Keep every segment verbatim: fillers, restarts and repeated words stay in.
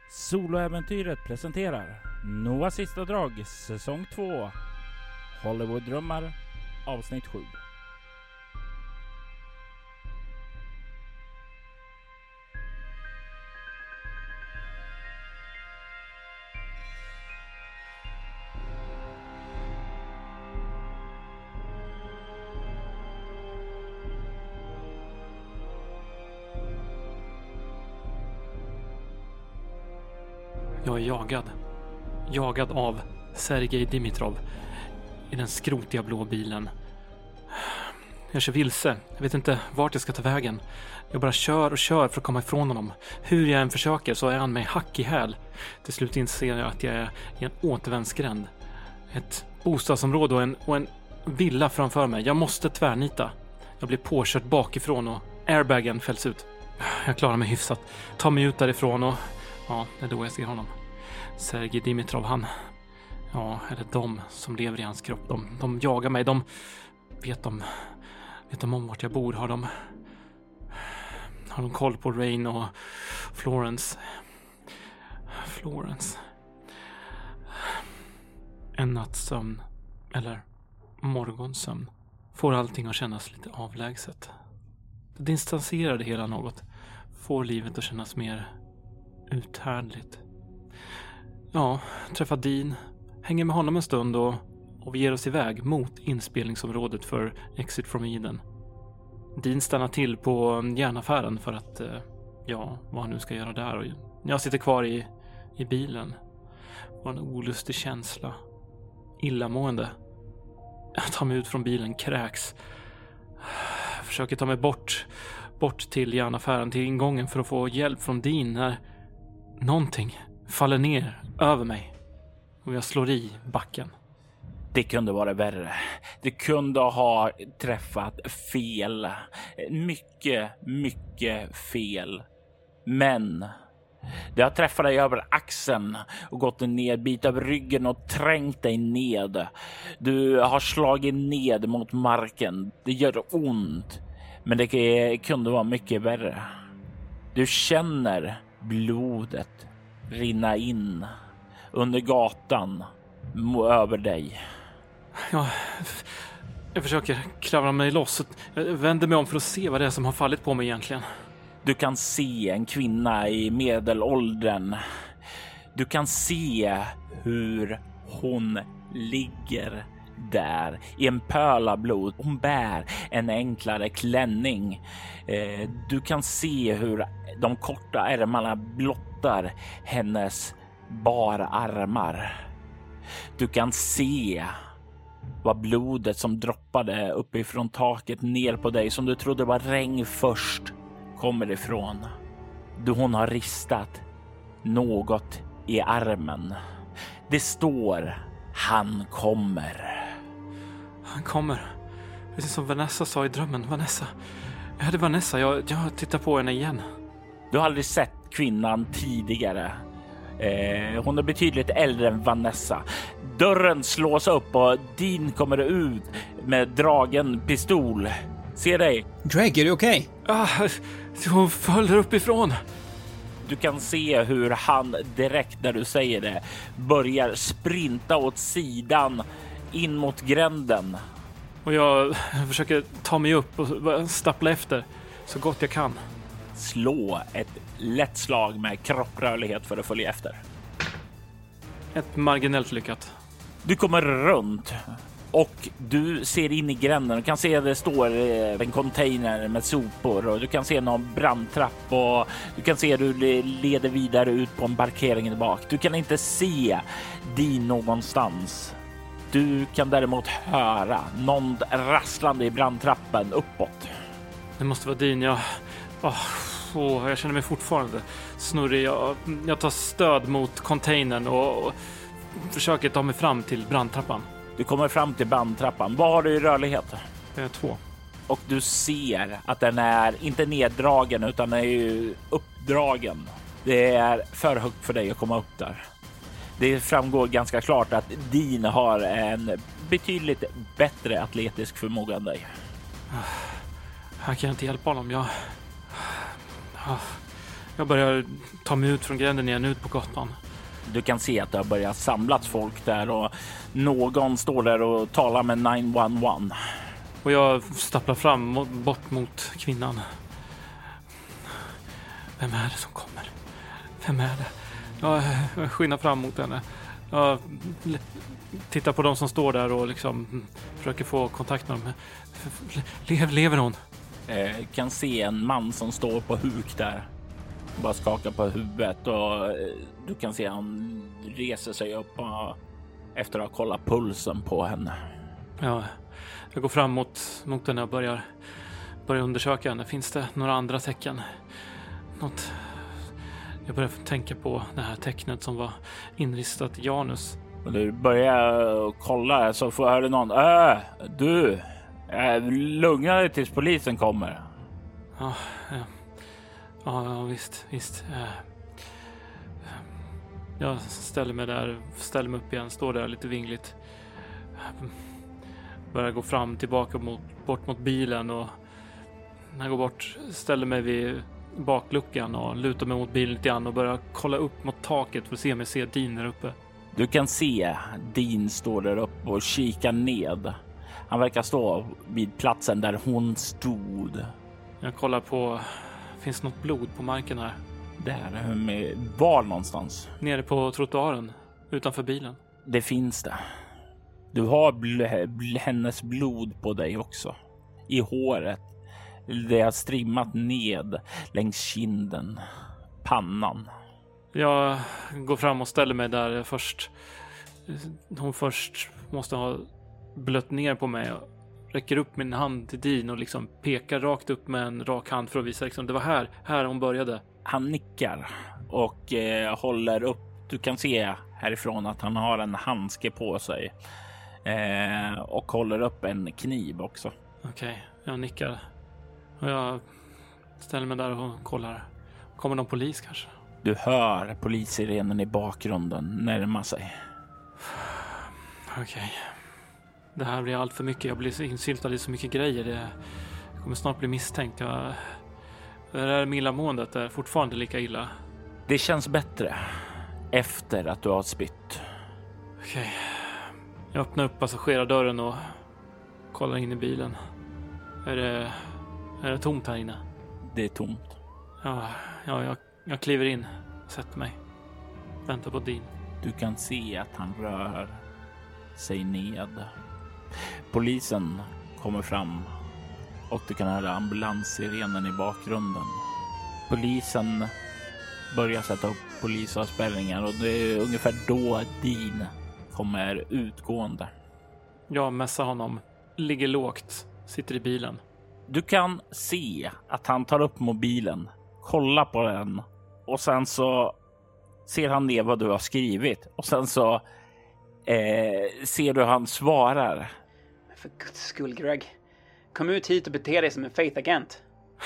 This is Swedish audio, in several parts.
Soloäventyret presenterar Noahs sista drag säsong två Hollywood-drömmar avsnitt sju. Jag är jagad. Jagad av Sergej Dimitrov i den skrotiga blå bilen. Jag kör vilse. Jag vet inte vart jag ska ta vägen. Jag bara kör och kör för att komma ifrån honom. Hur jag än försöker så är han mig hack i häl. Till slut inser jag att jag är i en återvändsgränd. Ett bostadsområde och en, och en villa framför mig. Jag måste tvärnita. Jag blir påkört bakifrån och airbagen fälls ut. Jag klarar mig hyfsat. Tar mig ut därifrån och ja, det är då jag ser honom. Sergej Dimitrov, han... Ja, eller de som lever i hans kropp. De, de jagar mig. De vet de... Vet de om vart jag bor? Har de... Har de koll på Rain och Florence? Florence... En nattsömn. Eller morgonsömn. Får allting att kännas lite avlägset. Det distanserar det hela något. Får livet att kännas mer... uthärdligt. Ja, träffar Dean, hänger med honom en stund och, och vi ger oss iväg mot inspelningsområdet för Exit from Eden. Dean stannar till på järnaffären för att, ja, vad han nu ska göra där. Och jag sitter kvar i, i bilen. Och en olustig känsla. Illamående. Jag tar mig ut från bilen, kräks. Jag försöker ta mig bort, bort till järnaffären, till ingången för att få hjälp från Dean när någonting faller ner över mig och jag slår i backen. Det kunde vara värre. Det kunde ha träffat fel. Mycket, mycket fel. Men det har träffat dig över axeln och gått en nedbit av ryggen och trängt dig ned. Du har slagit ned mot marken. Det gör ont. Men det kunde vara mycket värre. Du känner blodet rinna in under gatan över dig. Ja, jag försöker klara mig loss. Jag vänder mig om för att se vad det är som har fallit på mig egentligen. Du kan se en kvinna i medelåldern. Du kan se hur hon ligger där i en pöl av blod. Hon bär en enklare klänning. Eh, du kan se hur de korta ärmarna blottar hennes bara armar. Du kan se vad blodet som droppade uppifrån taket ner på dig, som du trodde var regn först, kommer ifrån. Du, hon har ristat något i armen. Det står: han kommer. Han kommer. Precis som Vanessa sa i drömmen. Vanessa. Ja, det är Vanessa. Jag, jag tittar på henne igen. Du har aldrig sett kvinnan tidigare. Eh, hon är betydligt äldre än Vanessa. Dörren slås upp och Dean kommer ut med dragen pistol. Se dig. Drake, är du okej? Okay? Ah, hon föll uppifrån. Du kan se hur han direkt när du säger det börjar sprinta åt sidan in mot gränden. Och jag försöker ta mig upp och stappla efter så gott jag kan. Slå ett lätt slag med kropprörlighet för att följa efter. Ett marginellt lyckat. Du kommer runt och du ser in i gränden och kan se att det står en container med sopor och du kan se någon brandtrapp och du kan se hur det leder vidare ut på en parkering bak. Du kan inte se din någonstans. Du kan däremot höra någon rasslande i brandtrappen uppåt. Det måste vara din. Jag, oh, oh, jag känner mig fortfarande snurrig. Jag, jag tar stöd mot containern och, och försöker ta mig fram till brandtrappan. Du kommer fram till brandtrappan. Vad har du i rörlighet? Det är två. Och du ser att den är inte neddragen utan är ju uppdragen. Det är för högt för dig att komma upp där. Det framgår ganska klart att Dean har en betydligt bättre atletisk förmåga än dig. Jag kan inte hjälpa honom. Jag, Jag börjar ta mig ut från gränden igen, ut på gatan. Du kan se att det har börjat samlats folk där och någon står där och talar med nio ett ett. Och jag stapplar fram bort mot kvinnan. Vem är det som kommer? Vem är det? Jag, jag skyndar fram mot henne. Jag tittar på de som står där och liksom försöker få kontakt med dem. Lev, lever hon? Eh, kan se en man som står på huk där. Bara skakar på huvudet och eh, du kan se han reser sig upp och, efter att ha kollat pulsen på henne. Ja, jag går fram mot, mot henne och börjar, börjar undersöka henne. Finns det några andra tecken? Något... Jag börjar tänka på det här tecknet som var inristat i Janus. Och du börjar kolla så får höra någon. Äh, du, äh, lugna dig tills polisen kommer. Ja, ja, ja, ja visst, visst. Jag ställer mig där, ställer mig upp igen, står där lite vingligt. Börjar gå fram, tillbaka mot, bort mot bilen och när jag går bort ställer mig vid bakluckan och lutar mig mot bilen lite grann och börjar kolla upp mot taket för att se om jag ser Dean där uppe. Du kan se Dean står där uppe och kikar ned. Han verkar stå vid platsen där hon stod. Jag kollar på, finns något blod på marken här? Där, med, var någonstans? Nere på trottoaren, utanför bilen. Det finns det. Du har bl- bl- hennes blod på dig också. I håret. Det har strimmat ned längs kinden, pannan. Jag går fram och ställer mig där först. Hon först måste ha blött ner på mig och räcker upp min hand till Dean och liksom pekar rakt upp med en rak hand för att visa liksom, det var här, här hon började. Han nickar och eh, håller upp. Du kan se härifrån att han har en handske på sig eh, och håller upp en kniv också. Okej, okay, jag nickar. Och jag ställer mig där och kollar. Kommer någon polis kanske? Du hör polissirenen i bakgrunden närma sig. Okej. Okay. Det här blir allt för mycket. Jag blir insyltad i så mycket grejer. Det kommer snart bli misstänkt. Jag... Det här med illamåendet är fortfarande lika illa. Det känns bättre efter att du har spytt. Okej. Okay. Jag öppnar upp passagerardörren och kollar in i bilen. Är det... Är det tomt här inne? Det är tomt. Ja, ja jag, jag kliver in. Sätter mig. Väntar på Dean. Du kan se att han rör sig ned. Polisen kommer fram. Och du kan höra ambulanssirenen i bakgrunden. Polisen börjar sätta upp polisavspärrningar. Och det är ungefär då Dean kommer utgående. Jag mässar honom. Ligger lågt. Sitter i bilen. Du kan se att han tar upp mobilen, kollar på den och sen så ser han ner vad du har skrivit och sen så eh, ser du han svarar. För guds skull, Greg. Kom ut hit och bete dig som en faith-agent.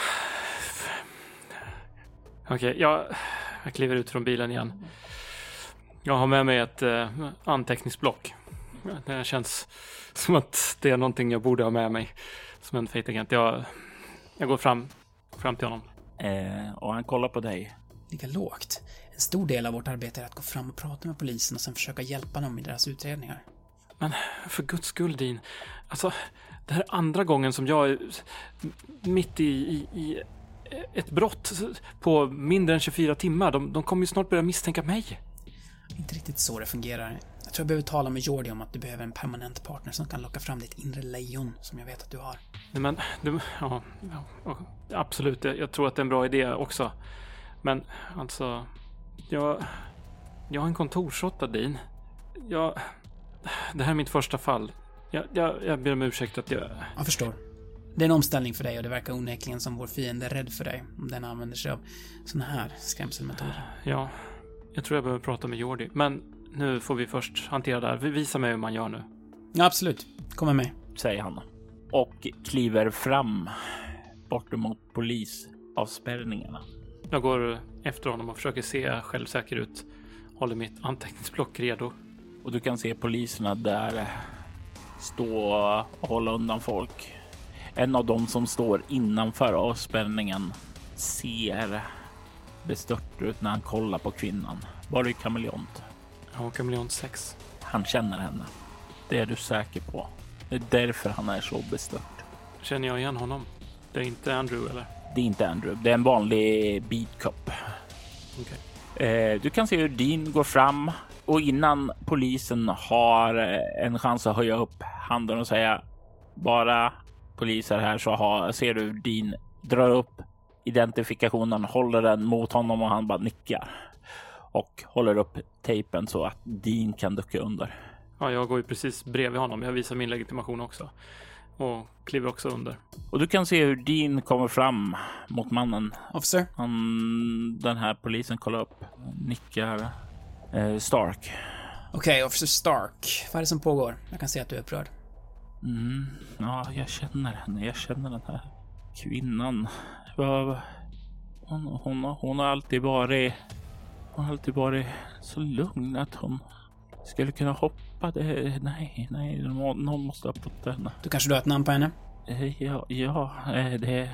Okej, okay, jag, jag kliver ut från bilen igen. Jag har med mig ett eh, anteckningsblock. Det känns som att det är någonting jag borde ha med mig. Som en faith-agent. Jag, jag går fram, fram till honom. Eh, och han kollar på dig. Ligga lågt. En stor del av vårt arbete är att gå fram och prata med polisen och sen försöka hjälpa dem i deras utredningar. Men för guds skull, Dean. Alltså, det här är andra gången som jag är mitt i, i, i ett brott på mindre än tjugofyra timmar. De, de kommer ju snart börja misstänka mig. Inte riktigt så det fungerar. Jag tror jag behöver tala med Jordi om att du behöver en permanent partner som kan locka fram ditt inre lejon som jag vet att du har. Nej, men, det, ja, ja, absolut. Jag, jag tror att det är en bra idé också. Men alltså, jag, jag har en kontorsråtta, Dean. Jag, det här är mitt första fall. Jag, jag, jag ber om ursäkt att jag... Jag förstår. Det är en omställning för dig och det verkar onekligen som vår fiende är rädd för dig om den använder sig av såna här skrämselmetoder. Ja, jag tror jag behöver prata med Jordi. Men nu får vi först hantera det här. Visa mig hur man gör nu. Ja, absolut. Kom med mig. Säger han. Och kliver fram bort mot polisavspärrningarna. Jag går efter honom och försöker se självsäker ut. Håller mitt anteckningsblock redo. Och du kan se poliserna där stå och hålla undan folk. En av dem som står innanför avspärrningen ser bestört ut när han kollar på kvinnan. Var det kameleont? Ja, kameleont sex. Han känner henne. Det är du säker på. Det är därför han är så bestört. Känner jag igen honom? Det är inte Andrew, eller? Det är inte Andrew. Det är en vanlig beatcop. Okay. Eh, du kan se hur Dean går fram och innan polisen har en chans att höja upp handen och säga bara poliser här, så har, ser du hur Dean drar upp identifikationen, håller den mot honom och han bara nickar och håller upp tejpen så att Dean kan ducka under. Ja, jag går ju precis bredvid honom. Jag visar min legitimation också och kliver också under. Och du kan se hur Dean kommer fram mot mannen. Officer? Han, den här polisen kollar upp, nickar. Eh, Stark. Okej, okay, Officer Stark. Vad är det som pågår? Jag kan se att du är upprörd. Mm, ja, jag känner henne. Jag känner den här kvinnan. Hon, hon, hon har alltid varit hon har alltid varit så lugn att hon skulle kunna hoppa. Det, nej, nej, någon måste ha fått henne. Du kanske du har ett namn på henne? Ja, ja det är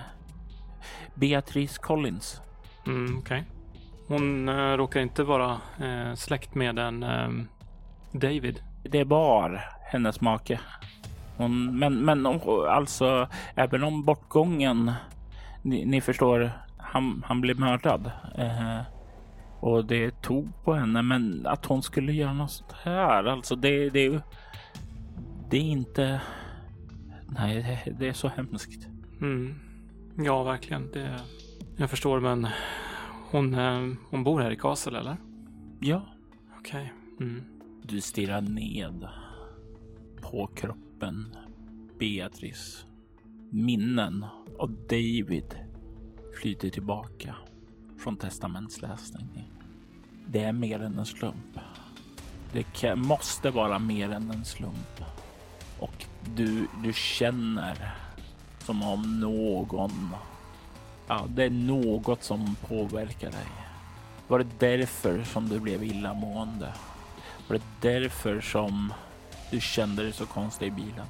Beatrice Collins. Mm, okej. Okay. Hon äh, råkar inte vara äh, släkt med en äh, David. Det var hennes make. Hon, men, men alltså, även om bortgången, ni, ni förstår, han, han blev mördad. Eh, och det tog på henne, men att hon skulle göra något sånt här, alltså det, det är ju, det är inte, nej, det, det är så hemskt. Mm. Ja, verkligen. Det, jag förstår, men hon, eh, hon bor här i Castle, eller? Ja. Okej. Okay. Mm. Du stirrar ned på kroppen, Beatrice. Minnen av David flyter tillbaka från testamentsläsning. Det är mer än en slump. Det kan, måste vara mer än en slump. Och du, du känner som om någon, ja, det är något som påverkar dig. Var det därför som du blev illamående? Var det därför som du kände dig så konstig i bilen?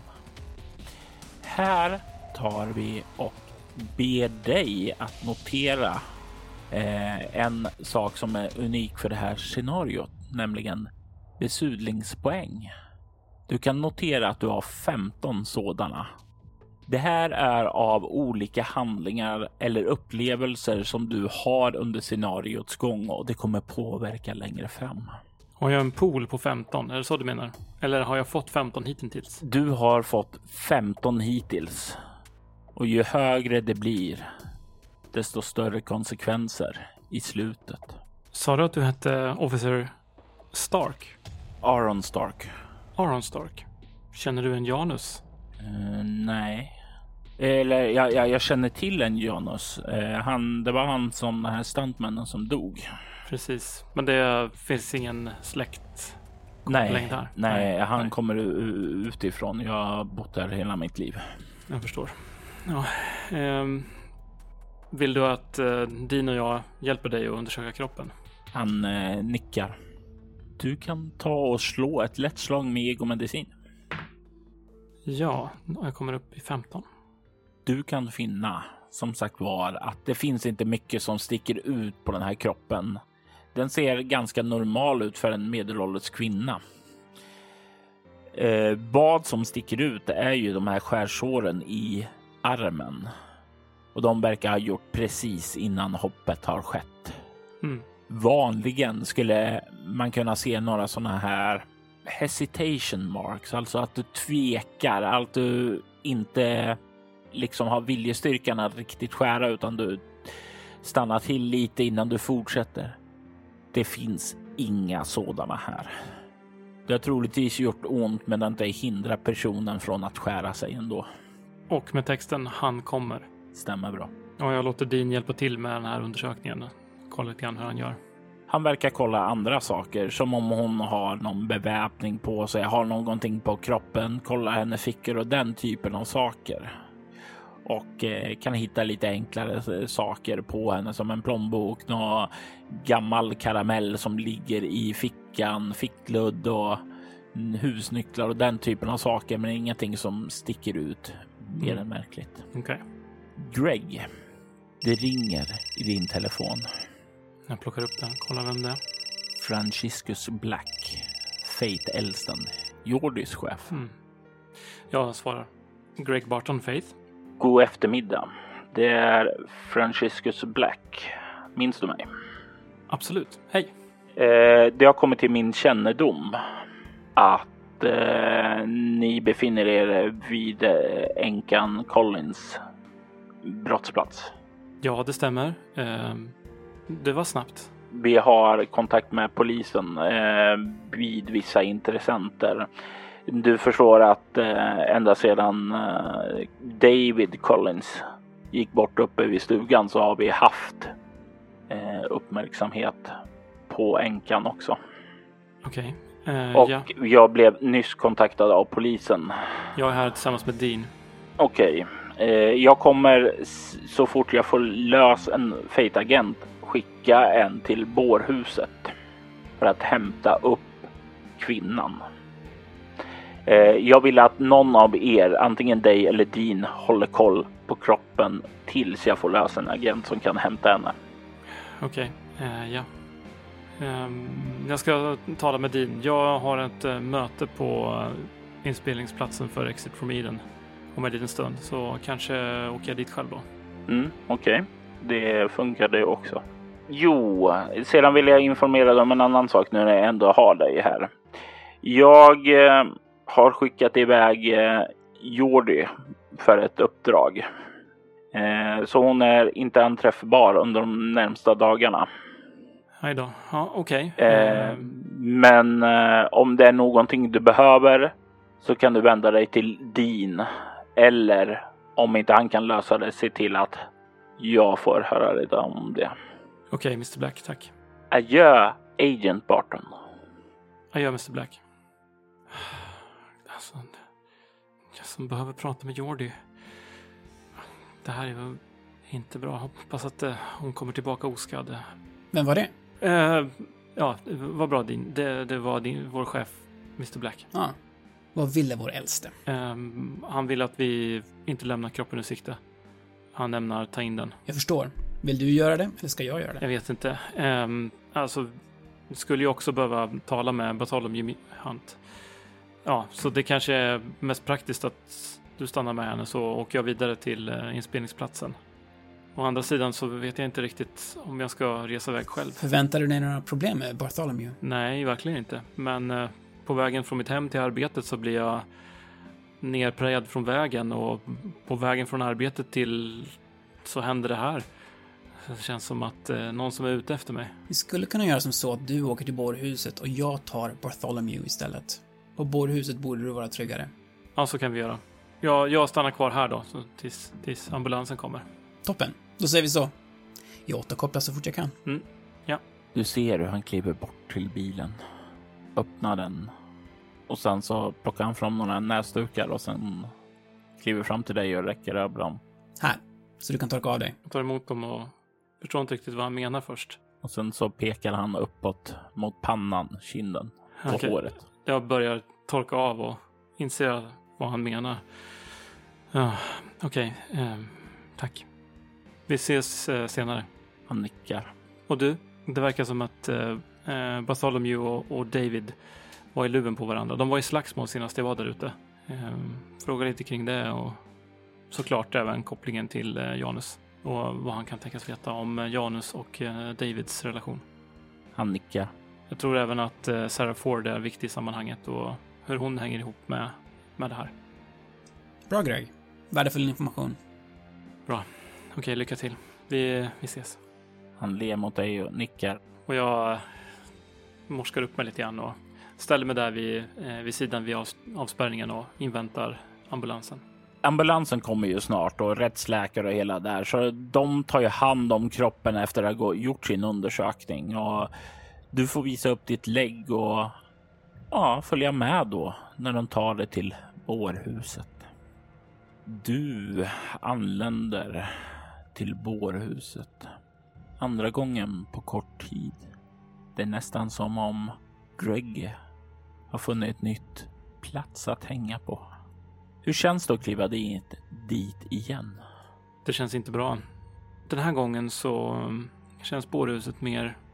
Här tar vi och ber dig att notera eh, en sak som är unik för det här scenariot, nämligen besudlingspoäng. Du kan notera att du har femton sådana. Det här är av olika handlingar eller upplevelser som du har under scenariots gång och det kommer påverka längre fram. Har jag en pool på femton? Är det så du menar? Eller har jag fått femton hittills? Du har fått femton hittills. Och ju högre det blir, desto större konsekvenser i slutet. Sa du att du hette Officer Stark? Aaron Stark. Aaron Stark. Känner du en Janus? Uh, nej. Eller jag, jag, jag känner till en Janus. Uh, han, det var han som den här stuntmannen som dog. Precis. Men det finns ingen släkt nej, där? Nej, nej, han nej. kommer utifrån. Jag har bott där hela mitt liv. Jag förstår. Ja, um, vill du att uh, Dean och jag hjälper dig att undersöka kroppen? Han uh, nickar. Du kan ta och slå ett lätt slag med egomedicin. Ja, jag kommer upp i femton. Du kan finna, som sagt var, att det finns inte mycket som sticker ut på den här kroppen. Den ser ganska normal ut för en medelålders kvinna. Eh, vad som sticker ut är ju de här skärsåren i armen. Och de verkar ha gjort precis innan hoppet har skett. Mm. Vanligen skulle man kunna se några sådana här hesitation marks, alltså att du tvekar, att du inte liksom har viljestyrkan att riktigt skära utan du stannar till lite innan du fortsätter. Det finns inga sådana här. Det har troligtvis gjort ont men det inte hindrar personen från att skära sig ändå. Och med texten han kommer. Stämmer bra. Och jag låter Dean hjälpa till med den här undersökningen. Kolla lite grann hur han gör. Han verkar kolla andra saker, som om hon har någon beväpning på sig, har någonting på kroppen, kolla hennes fickor och den typen av saker. Och eh, kan hitta lite enklare saker på henne som en plånbok, någon gammal karamell som ligger i fickan, fickludd och husnycklar och den typen av saker, men ingenting som sticker ut mer mm. än märkligt. Okej. Okay. Greg, det ringer i din telefon. Jag plockar upp den, kollar vem det är. Franciscus Black, Faith Elston, Jordys chef. Mm. Jag svarar. Greg Barton, Faith. God eftermiddag. Det är Franciscus Black. Minns du mig? Absolut. Hej. Eh, det har kommit till min kännedom att eh, ni befinner er vid eh, änkan Collins brottsplats. Ja, det stämmer. Eh, det var snabbt. Vi har kontakt med polisen eh, vid vissa intressenter. Du förstår att eh, ända sedan eh, David Collins gick bort uppe vid stugan så har vi haft eh, uppmärksamhet på änkan också. Okej. Eh, Och ja. jag blev nyss kontaktad av polisen. Jag är här tillsammans med Dean. Okej. Eh, jag kommer s- så fort jag får lös en Fate-agent skicka en till bårhuset för att hämta upp kvinnan. Eh, jag vill att någon av er, antingen dig eller Dean, håller koll på kroppen tills jag får lösa en agent som kan hämta henne. Okej. Eh, ja. Ehm, jag ska tala med Dean. Jag har ett eh, möte på eh, inspelningsplatsen för Exit from Eden om en liten stund. Så kanske åker jag dit själv då. Mm, okej. Okay. Det funkar det också. Jo, sedan vill jag informera dig om en annan sak nu när jag ändå har dig här. Jag eh, har skickat iväg eh, Jordy för ett uppdrag. Eh, så hon är inte anträffbar under de närmsta dagarna. Hej då. Ja, okej. Okay. Eh, Ehm, men eh, om det är någonting du behöver så kan du vända dig till Dean. Eller om inte han kan lösa det, se till att jag får höra lite om det. Okej, okay, mister Black, tack. Adjö, Agent Barton. Adjö, mister Black. Alltså, jag som behöver prata med Jordy. Det här är ju inte bra. Hoppas att eh, hon kommer tillbaka oskadd. Vem var det? Eh, ja, vad bra din. Det, det var din, vår chef, mister Black. Ja. Vad ville vår äldste? Eh, han vill att vi inte lämnar kroppen ur sikte. Han ämnar ta in den. Jag förstår. Vill du göra det eller ska jag göra det? Jag vet inte. Eh, alltså, skulle jag också behöva tala med Bartholomew Hunt. Ja, så det kanske är mest praktiskt att du stannar med henne så åker jag vidare till eh, inspelningsplatsen. Å andra sidan så vet jag inte riktigt om jag ska resa iväg själv. Förväntar du dig några problem med Bartholomew? Nej, verkligen inte. Men eh, på vägen från mitt hem till arbetet så blir jag nerprejad från vägen och på vägen från arbetet till så händer det här. Det känns som att eh, någon som är ute efter mig. Vi skulle kunna göra som så att du åker till bårhuset och jag tar Bartholomew istället. På bårhuset borde du vara tryggare. Ja, så kan vi göra. Jag, jag stannar kvar här då så tills, tills ambulansen kommer. Toppen, då säger vi så. Jag återkopplar så fort jag kan. Mm. Ja. Du ser hur han kliver bort till bilen. Öppnar den. Och sen så plockar han fram några näsdukar och sen kliver fram till dig och räcker över dem. Här, så du kan torka av dig. Jag tar emot dem och förstår inte riktigt vad han menar först. Och sen så pekar han uppåt mot pannan, kinden och Okej. håret. Jag börjar torka av och inser vad han menar. Ja, okej. Okay. Eh, tack. Vi ses eh, senare. Han nickar. Och du? Det verkar som att eh, Bartholomew och, och David var i luven på varandra. De var i slagsmål senast jag var där ute. Eh, frågar lite kring det och såklart även kopplingen till eh, Janus. Och vad han kan tänkas veta om eh, Janus och eh, Davids relation. Han nickar. Jag tror även att eh, Sarah Ford är viktig i sammanhanget och hur hon hänger ihop med, med det här. Bra, Greg. Värdefull information. Bra. Okej, lycka till. Vi, vi ses. Han ler mot dig och nickar. Och jag morskar upp mig lite grann och ställer mig där vid, eh, vid sidan vid av, avspärrningen och inväntar ambulansen. Ambulansen kommer ju snart och rättsläkare och hela där. Så de tar ju hand om kroppen efter att ha gjort sin undersökning. Och du får visa upp ditt lägg och ja, följa med då när de tar det till bårhuset. Du anländer till bårhuset. Andra gången på kort tid. Det är nästan som om Greg har funnit ett nytt plats att hänga på. Hur känns det att kliva dit, dit igen? Det känns inte bra. Den här gången så känns bårhuset mer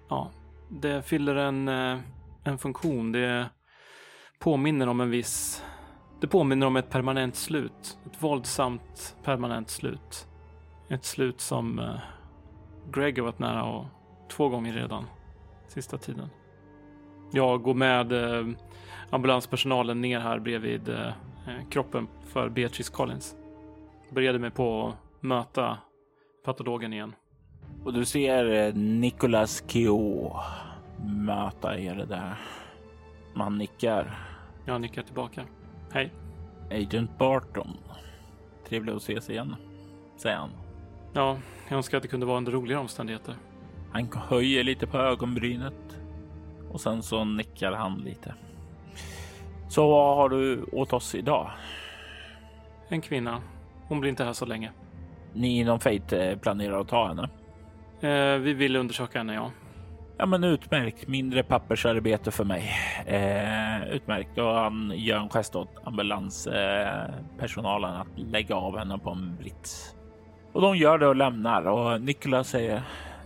Ja, det fyller en, eh, en funktion. Det påminner om en viss... Det påminner om ett permanent slut. Ett våldsamt permanent slut. Ett slut som eh, Greg har varit nära och två gånger redan sista tiden. Jag går med eh, ambulanspersonalen ner här bredvid eh, kroppen för Beatrice Collins. Började mig på att möta patologen igen. Och du ser Nicholas Keogh möta er där. Man nickar. Jag nickar tillbaka. Hej. Agent Barton. Trevligt att ses igen, säger han. Ja, jag önskar att det kunde vara under roligare omständigheter. Han höjer lite på ögonbrynet. Och sen så nickar han lite. Så vad har du åt oss idag? En kvinna. Hon blir inte här så länge. Ni inom Fate planerar att ta henne? Eh, vi vill undersöka henne, ja. Ja, men utmärkt. Mindre pappersarbete för mig. Eh, utmärkt. Och han gör en gest åt ambulanspersonalen eh, att lägga av henne på en brits. Och de gör det och lämnar. Och Nicholas säger: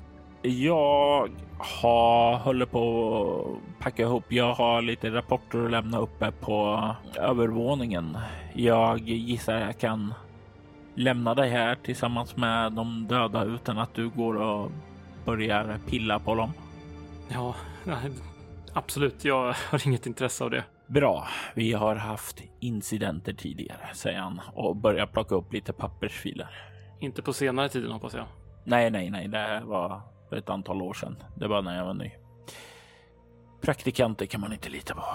jag har håller på att packa ihop. Jag har lite rapporter att lämna uppe på övervåningen. Jag gissar jag kan lämna dig här tillsammans med de döda utan att du går och börjar pilla på dem. Ja, nej, absolut. Jag har inget intresse av det. Bra. Vi har haft incidenter tidigare, säger han och börjar plocka upp lite pappersfiler. Inte på senare tiden, hoppas jag. Nej, nej, nej. Det var för ett antal år sedan. Det var när jag var ny. Praktikanter kan man inte lita på.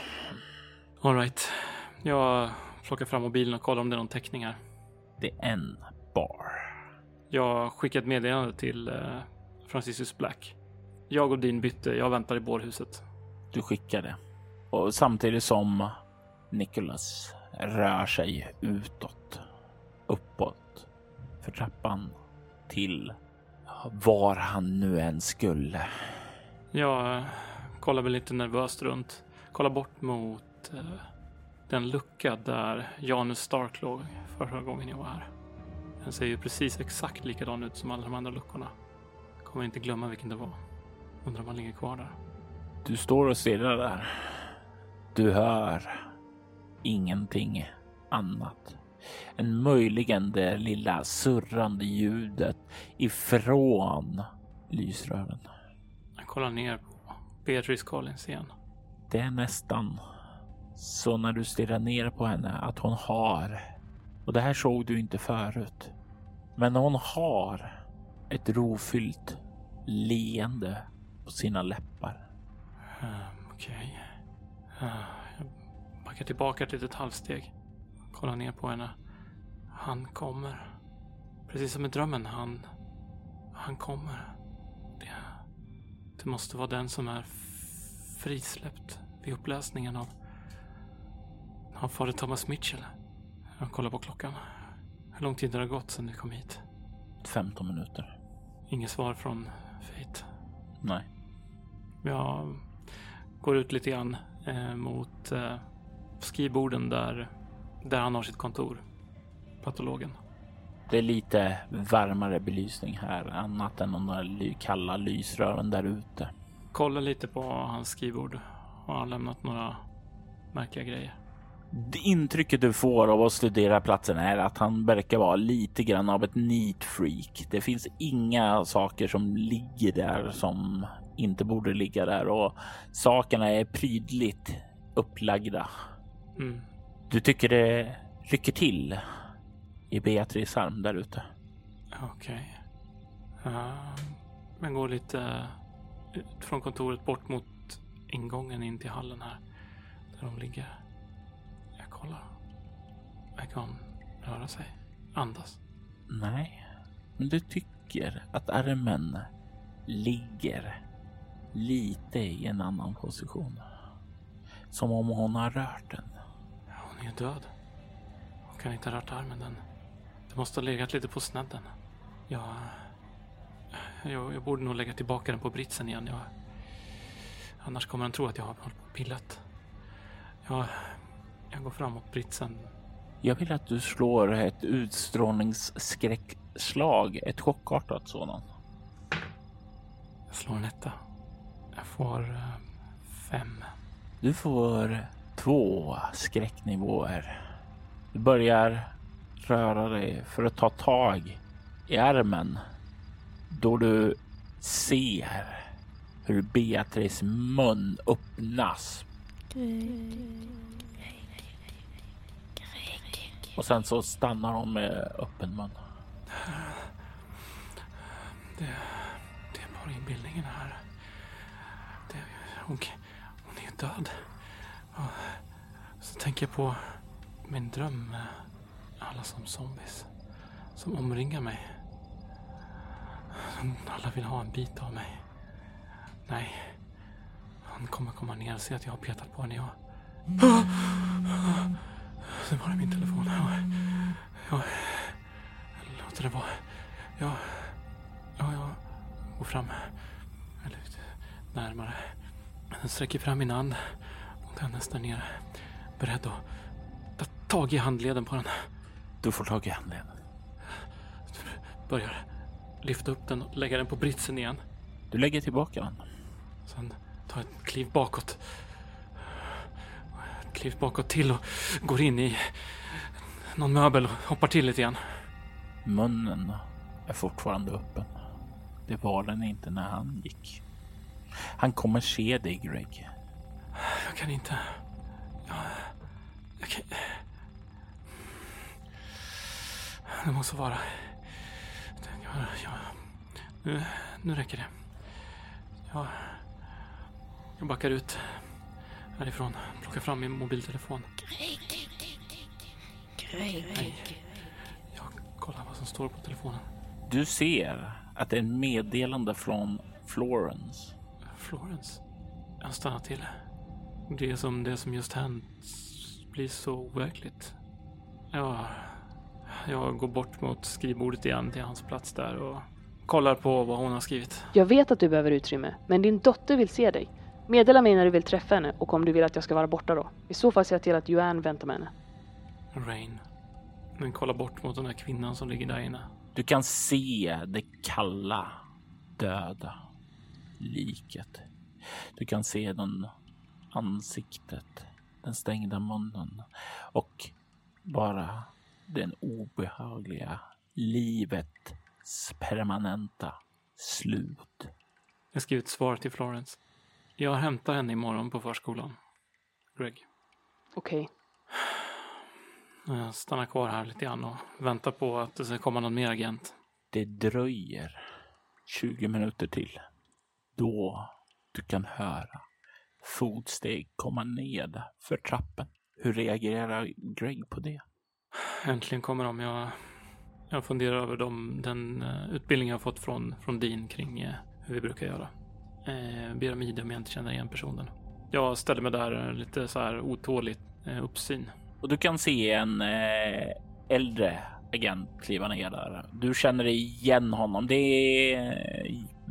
All right. Jag plockar fram mobilen och kollar om det är någon teckning här. Det är en bar. Jag skickar ett meddelande till eh, Francis Black. Jag och din bytte. Jag väntar i bårhuset. Du skickar det. Och samtidigt som Nicholas rör sig utåt, uppåt, för trappan till var han nu än skulle. Jag eh, kollar väl lite nervöst runt. Kollar bort mot eh, den lucka där Janus Stark låg förra gången jag var här. Den ser ju precis exakt likadan ut som alla de andra luckorna. Kommer inte glömma vilken det var. Undrar om han ligger kvar där. Du står och stirrar där. Du hör ingenting annat än möjligen det lilla surrande ljudet ifrån lysrören. Jag kollar ner på Beatrice Collins igen. Det är nästan så när du stirrar ner på henne att hon har, och det här såg du inte förut, men hon har ett rofyllt leende på sina läppar. Um, Okej. Okay. Uh, jag backar tillbaka ett litet halvsteg. Kollar ner på henne. Han kommer. Precis som i drömmen. Han, han kommer. Det, det måste vara den som är frisläppt vid uppläsningen av, av fader Thomas Mitchell. Jag kollar på klockan. Hur lång tid har det gått sedan vi kom hit? femton minuter. Inget svar från Fate. Nej. Jag går ut lite grann eh, mot eh, skrivborden där, där han har sitt kontor. Patologen. Det är lite varmare belysning här, annat än de där kalla lysrören där ute. Kolla lite på hans skrivbord. Har han lämnat några märkliga grejer? Det intrycket du får av att studera platsen är att han verkar vara lite grann av ett neat freak. Det finns inga saker som ligger där som inte borde ligga där, och sakerna är prydligt upplagda. Mm. Du tycker det rycker till i Beatrice arm där ute? Okej. Okay. Uh, men går lite ut från kontoret bort mot ingången in till hallen här. Där de ligger. Jag kollar. Jag kan röra sig. Andas. Nej. Men du tycker att armen ligger lite i en annan position. Som om hon har rört den. Hon är död. Hon kan inte ha rört armen. Den. Det måste ha legat lite på snedden. Jag, jag, jag borde nog lägga tillbaka den på britsen igen. Jag, annars kommer han tro att jag har hållit på pillat. Jag, jag går fram mot britsen. Jag vill att du slår ett utstrålningsskräckslag. Ett chockartat sådant. Jag slår en etta. Jag får uh, fem. Du får två skräcknivåer. Du börjar röra dig för att ta tag i armen då du ser hur Beatrice mun öppnas. Och sen så stannar hon med öppen mun. Det, det är bara inbildningen här. Det, hon, hon är död. Och så tänker jag på min dröm med alla som zombies som omringar mig. Alla vill ha en bit av mig. Nej. Han kommer komma ner och se att jag har petat på henne. Jag... Det var min telefon. Jag, jag, jag låter det vara. Jag, jag, jag går fram. Eller närmare. Jag sträcker fram min hand mot hennes där nere. Beredd att ta tag i handleden på den. Du får tag i handleden. Börjar lyfta upp den och lägga den på britsen igen. Du lägger tillbaka den. Sen tar ett kliv bakåt. Ett kliv bakåt till och går in i någon möbel och hoppar till lite igen. Munnen är fortfarande öppen. Det var den inte när han gick. Han kommer se dig, Greg. Jag kan inte... Jag, jag kan... Det måste vara... Jag, jag, nu, nu räcker det. Jag, jag backar ut härifrån. Plockar fram min mobiltelefon. Greg. Greg. Nej. Jag kollar vad som står på telefonen. Du ser att det är ett meddelande från Florence. Florence. Jag stannar till. Det som det som just hänt blir så overkligt. Ja, jag går bort mot skrivbordet igen till hans plats där och kollar på vad hon har skrivit. Jag vet att du behöver utrymme, men din dotter vill se dig. Meddela mig när du vill träffa henne och om du vill att jag ska vara borta då. I så fall ser jag till att Joanne väntar med henne. Rain. Men kolla bort mot den här kvinnan som ligger där inne. Du kan se det kalla, döda liket. Du kan se den ansiktet, den stängda munnen och bara den obehagliga livets permanenta slut. Jag skriver ett svar till Florence. Jag hämtar henne imorgon på förskolan. Greg. Okej. Okay. Jag stannar kvar här lite grann och väntar på att det ska komma någon mer agent. Det dröjer tjugo minuter till. Då du kan höra fotsteg komma ned för trappen. Hur reagerar Greg på det? Äntligen kommer de. Jag, jag funderar över dem, den uh, utbildning jag har fått från, från Dean kring uh, hur vi brukar göra. Uh, ber om id om jag inte känner igen personen. Jag ställer mig där uh, lite så här otåligt uh, uppsyn. Och du kan se en uh, äldre agent kliva ner där. Du känner igen honom. Det är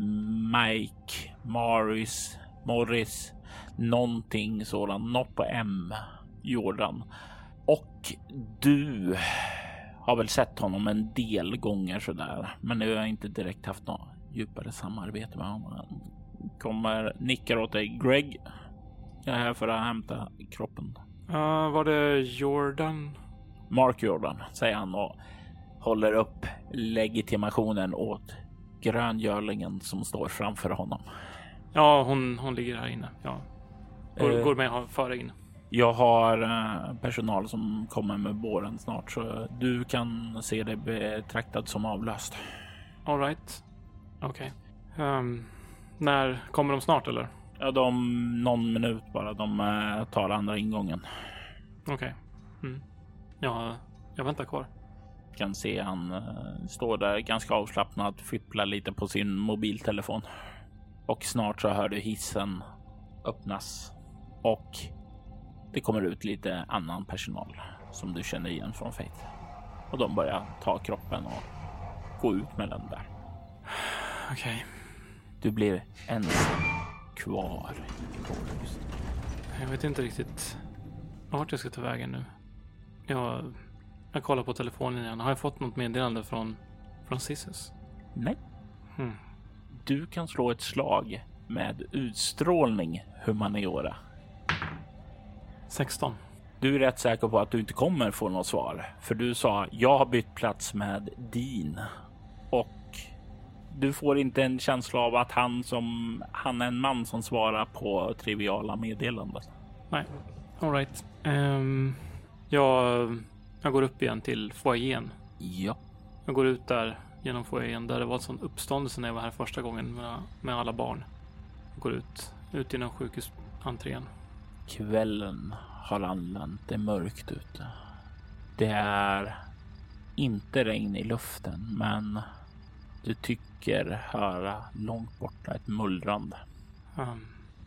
Mike Morris, Morris, någonting sådant, något på M, Jordan. Och du har väl sett honom en del gånger sådär, men du har inte direkt haft något djupare samarbete med honom. Han kommer, nickar åt dig. Greg, jag är här för att hämta kroppen. Uh, var det Jordan? Mark Jordan, säger han och håller upp legitimationen åt gröngörlingen som står framför honom. Ja, hon, hon ligger här inne. Ja. Går, uh, går med före in. Jag har uh, personal som kommer med båren snart, så du kan se det betraktat som avlöst. All right. Okej. Okay. Um, när kommer de snart eller? Ja, de någon minut bara. De uh, tar andra ingången. Okej. Okay. Mm. Ja, jag väntar kvar. Kan se han uh, står där ganska avslappnad, fipplar lite på sin mobiltelefon. Och snart så hör du hissen öppnas och det kommer ut lite annan personal som du känner igen från Faith. Och de börjar ta kroppen och gå ut med den där. Okej. Okay. Du blir ensam kvar i kårhuset. Jag vet inte riktigt vart jag ska ta vägen nu. Jag, jag kollar på telefonen igen. Har jag fått något meddelande från, från Sissus? Nej. Hmm. Du kan slå ett slag med utstrålning humaniora. sexton. Du är rätt säker på att du inte kommer få något svar. För du sa, jag har bytt plats med Dean. Och du får inte en känsla av att han som han är en man som svarar på triviala meddelanden. Nej, all right. Um, jag, jag går upp igen till foajén. Ja. Jag går ut där genom foajén där det var en sån uppståndelse när jag var här första gången med, med alla barn. Jag går ut, ut genom sjukhusentrén. Kvällen har anlänt, det är mörkt ute. Det är inte regn i luften, men du tycker höra långt borta ett mullrande. Um,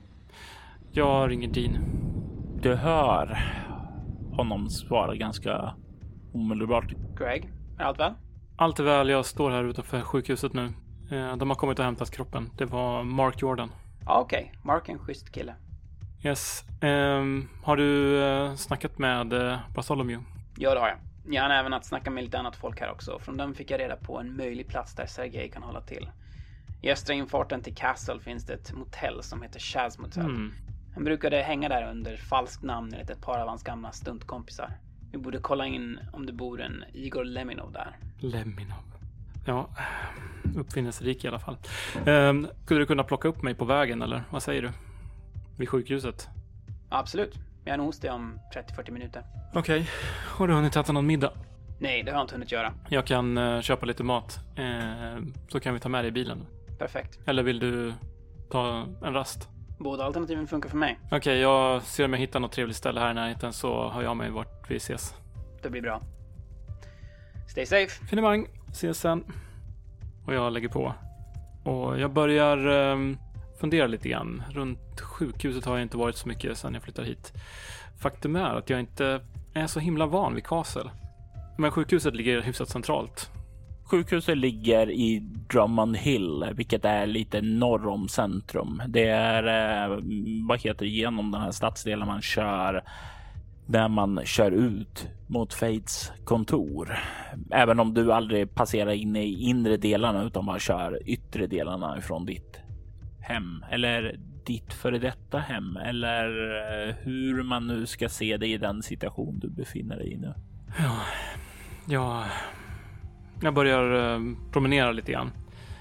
jag ringer Dean. Du hör honom svara ganska omedelbart. Greg, är allt väl? Allt är väl, jag står här utanför sjukhuset nu. Eh, de har kommit och hämtat kroppen. Det var Mark Jordan. Ja, okej. Okay. Mark är en schysst kille. Yes. Um, har du uh, snackat med uh, Bartholomew? Ja, det har jag. Jag har även att snacka med lite annat folk här också. Från dem fick jag reda på en möjlig plats där Sergej kan hålla till. I östra infarten till Castle finns det ett motell som heter Chaz Motel. Mm. Han brukade hänga där under falskt namn enligt ett par av hans gamla stuntkompisar. Vi borde kolla in om det bor en Igor Leminov där. Leminov. Ja, uppfinningsrik i alla fall. Um, skulle du kunna plocka upp mig på vägen eller vad säger du? Vid sjukhuset? Absolut. Jag är nog hos dig om trettio till fyrtio minuter. Okej. Okay. Har du hunnit äta någon middag? Nej, det har jag inte hunnit göra. Jag kan uh, köpa lite mat. Uh, så kan vi ta med dig i bilen. Perfekt. Eller vill du ta en rast? Båda alternativen funkar för mig. Okej, okay, jag ser om jag hittar något trevligt ställe här i närheten så har jag mig vart vi ses. Det blir bra. Stay safe. Finemang. Ses sen. Och jag lägger på. Och jag börjar um, fundera lite grann. Runt sjukhuset har jag inte varit så mycket sedan jag flyttade hit. Faktum är att jag inte är så himla van vid Castle. Men sjukhuset ligger hyfsat centralt. Sjukhuset ligger i Drummond Hill, vilket är lite norr om centrum. Det är, eh, vad heter det, genom den här stadsdelen man kör när man kör ut mot Fates kontor. Även om du aldrig passerar in i inre delarna utan bara kör yttre delarna ifrån ditt hem. Eller ditt före detta hem. Eller hur man nu ska se det i den situation du befinner dig i nu. Ja, ja. Jag börjar eh, promenera lite grann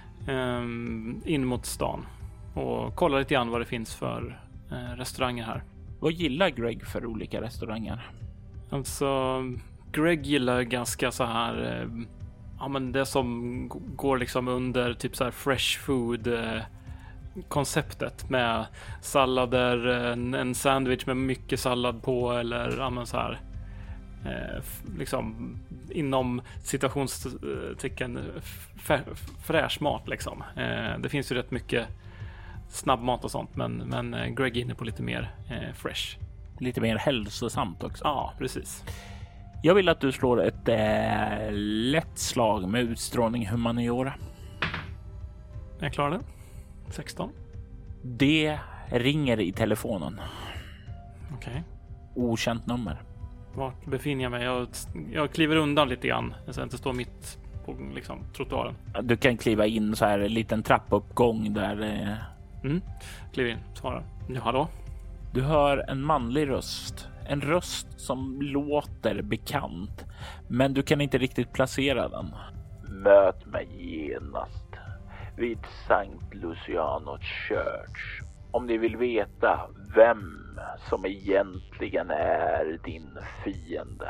eh, in mot stan och kolla lite grann vad det finns för eh, restauranger här. Vad gillar Greg för olika restauranger? Alltså, Greg gillar ganska så här, eh, ja men det som g- går liksom under typ så här fresh food eh, konceptet med sallader, en, en sandwich med mycket sallad på eller ja men så här. Eh, liksom inom situationstecken f- fräsch mat liksom. Eh, det finns ju rätt mycket snabbmat och sånt men, men Greg är inne på lite mer eh, fresh. Lite mer hälsosamt också. Ja, precis. Jag vill att du slår ett äh, lätt slag med utstrålning humaniora. Jag klarar det. sexton. Det ringer i telefonen. Okej. Okay. Okänt nummer. Vart befinner jag mig? Jag, jag kliver undan lite grann. Jag ska inte stå mitt på liksom, trottoaren. Du kan kliva in så här en liten trappuppgång där. Eh... Mm. Kliver in, svarar. Ja, hallå? Du hör en manlig röst. En röst som låter bekant. Men du kan inte riktigt placera den. Möt mig genast vid Sankt Luciano Church. Om ni vill veta vem som egentligen är din fiende.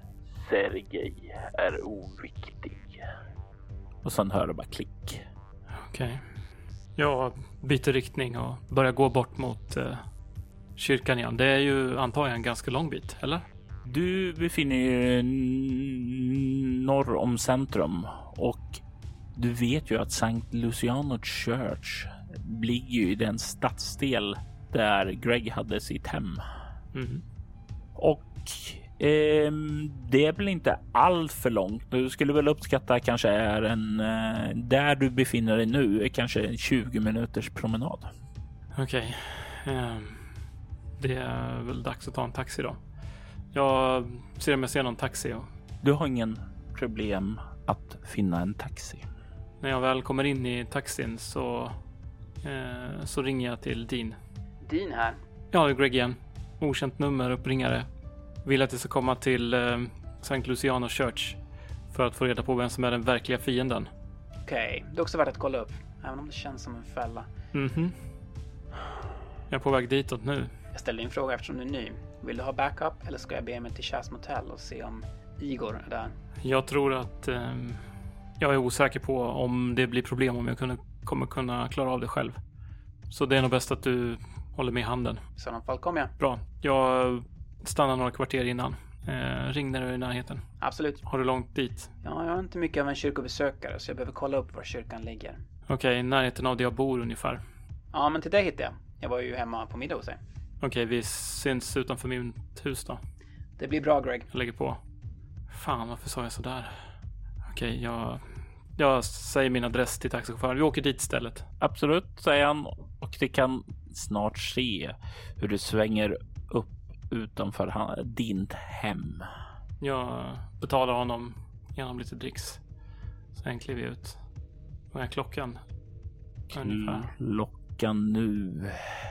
Sergej är oviktig. Och sen hör du bara klick. Okej. Okay. Jag byter riktning och börjar gå bort mot uh, kyrkan igen. Det är ju antagligen en ganska lång bit, eller? Du befinner dig norr om centrum och du vet ju att Sankt Luciano Church ligger ju i den stadsdel där Greg hade sitt hem. Mm. Och eh, det är väl inte allt för långt. Du skulle väl uppskatta kanske är en eh, där du befinner dig nu är kanske en tjugo minuters promenad. Okej. Okay. Um, det är väl dags att ta en taxi då. Jag ser om jag ser någon taxi. Och... Du har ingen problem att finna en taxi. När jag väl kommer in i taxin så Eh, så ringer jag till Dean. Dean här. Ja, det är Greg igen. Okänt nummer, uppringare. Vill att jag ska komma till eh, Sankt Luciano Church för att få reda på vem som är den verkliga fienden. Okej, okay. Det är också värt att kolla upp. Även om det känns som en fälla. Mhm. Jag är på väg ditåt nu. Jag ställde en fråga eftersom du är ny. Vill du ha backup eller ska jag be mig till Chas Motel och se om Igor är där? Jag tror att eh, jag är osäker på om det blir problem om jag kunna, kommer kunna klara av det själv. Så det är nog bäst att du håller med handen. I sådana fall kommer jag. Bra. Jag stannar några kvarter innan. Eh, ring när du är i närheten. Absolut. Har du långt dit? Ja, jag är inte mycket av en kyrkobesökare så jag behöver kolla upp var kyrkan ligger. Okej, okay, närheten av där jag bor ungefär. Ja, men till det hittade jag. Jag var ju hemma på middag hos dig. Okej, okay, vi syns utanför mitt hus då. Det blir bra, Greg. Jag lägger på. Fan, varför sa jag sådär? Okej, okay, jag... Jag säger min adress till taxichauffören. Vi åker dit istället. Absolut, säger han. Och det kan snart se hur du svänger upp utanför han, ditt hem. Jag betalar honom genom lite dricks. Sen kliver jag ut. Vad är klockan? Ungefär. Klockan nu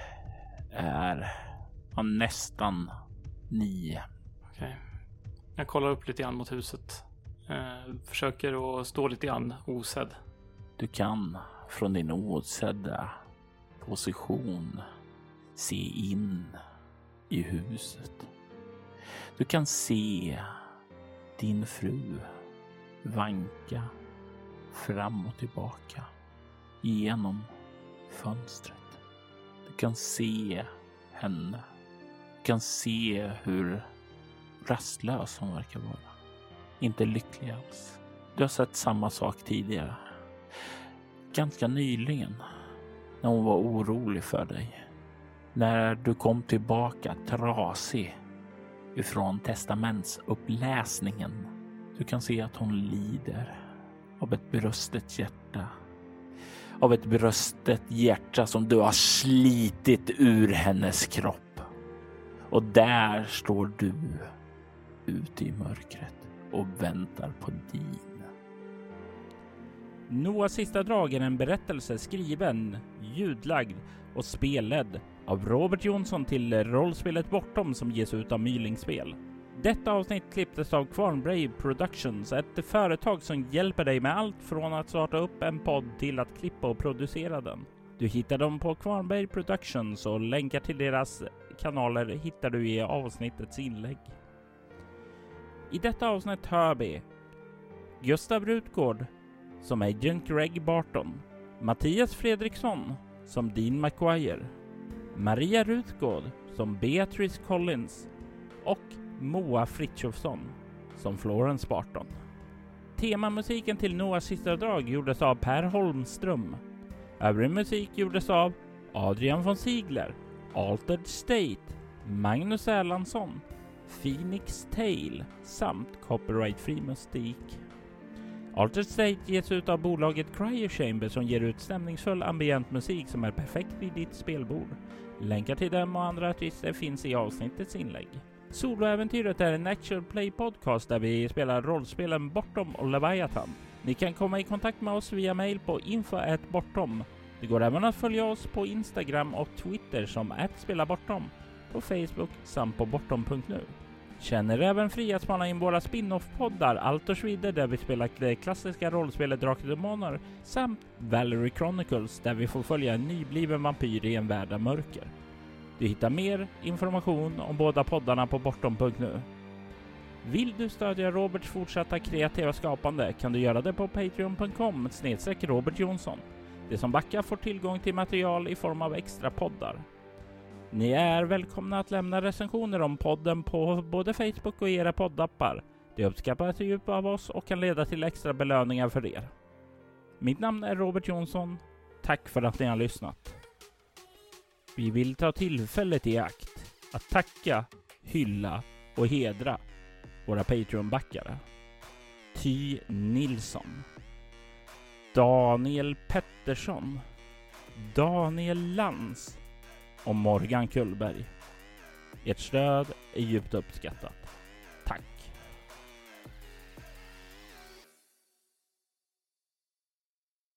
är nästan nio. Okej. Okay. Jag kollar upp lite grann mot huset. Eh, försöker att stå lite grann osedd. Du kan från din osedda position se in i huset. Du kan se din fru vanka fram och tillbaka genom fönstret. Du kan se henne. Du kan se hur rastlös hon verkar vara. Inte lycklig alls. Du har sett samma sak tidigare. Ganska nyligen. När hon var orolig för dig. När du kom tillbaka trasig ifrån testamentsuppläsningen. Du kan se att hon lider av ett brustet hjärta. Av ett brustet hjärta som du har slitit ur hennes kropp. Och där står du ute i mörkret och väntar på din. Noahs sista drag är en berättelse skriven, ljudlagd och spelledd av Robert Jonsson till rollspelet Bortom som ges ut av Mylingspel. Detta avsnitt klipptes av Kvarnbrave Productions, ett företag som hjälper dig med allt från att starta upp en podd till att klippa och producera den. Du hittar dem på Kvarnbrave Productions och länkar till deras kanaler hittar du i avsnittets inlägg. I detta avsnitt hör vi Gustav Rutgård som Agent Greg Barton, Mattias Fredriksson som Dean McGuire, Maria Rutgård som Beatrice Collins och Moa Frithiofsson som Florence Barton. Temamusiken till Noahs sista drag gjordes av Per Holmström. Övrig musik gjordes av Adrian von Ziegler, Altered State, Magnus Erlandsson, Phoenix Tale samt copyright-fri musik. Altered State ges ut av bolaget Cryo Chamber som ger ut stämningsfull ambient musik som är perfekt vid ditt spelbord. Länkar till dem och andra artister finns i avsnittets inlägg. Soloäventyret är en actual play podcast där vi spelar rollspelen Bortom och Leviathan. Ni kan komma i kontakt med oss via mail på info at bortom. Det går även att följa oss på Instagram och Twitter som at spelabortom, på Facebook samt på bortom punkt nu. Känner även fri att spana in våra spin-off-poddar Allt och Svidder där vi spelar det klassiska rollspelet Drakar och Demoner samt Valerie Chronicles där vi får följa en nybliven vampyr i en värld av mörker. Du hittar mer information om båda poddarna på bortom punkt nu. Vill du stödja Roberts fortsatta kreativa skapande kan du göra det på patreon punkt com snedstreck Robert Jonsson. Det som backar får tillgång till material i form av extra poddar. Ni är välkomna att lämna recensioner om podden på både Facebook och era poddappar. Det uppskattas djupt av oss och kan leda till extra belöningar för er. Mitt namn är Robert Jonsson. Tack för att ni har lyssnat. Vi vill ta tillfället i akt att tacka, hylla och hedra våra Patreon-backare. Ty Nilsson, Daniel Pettersson, Daniel Lantz och Morgan Kullberg. Ert stöd är djupt uppskattat.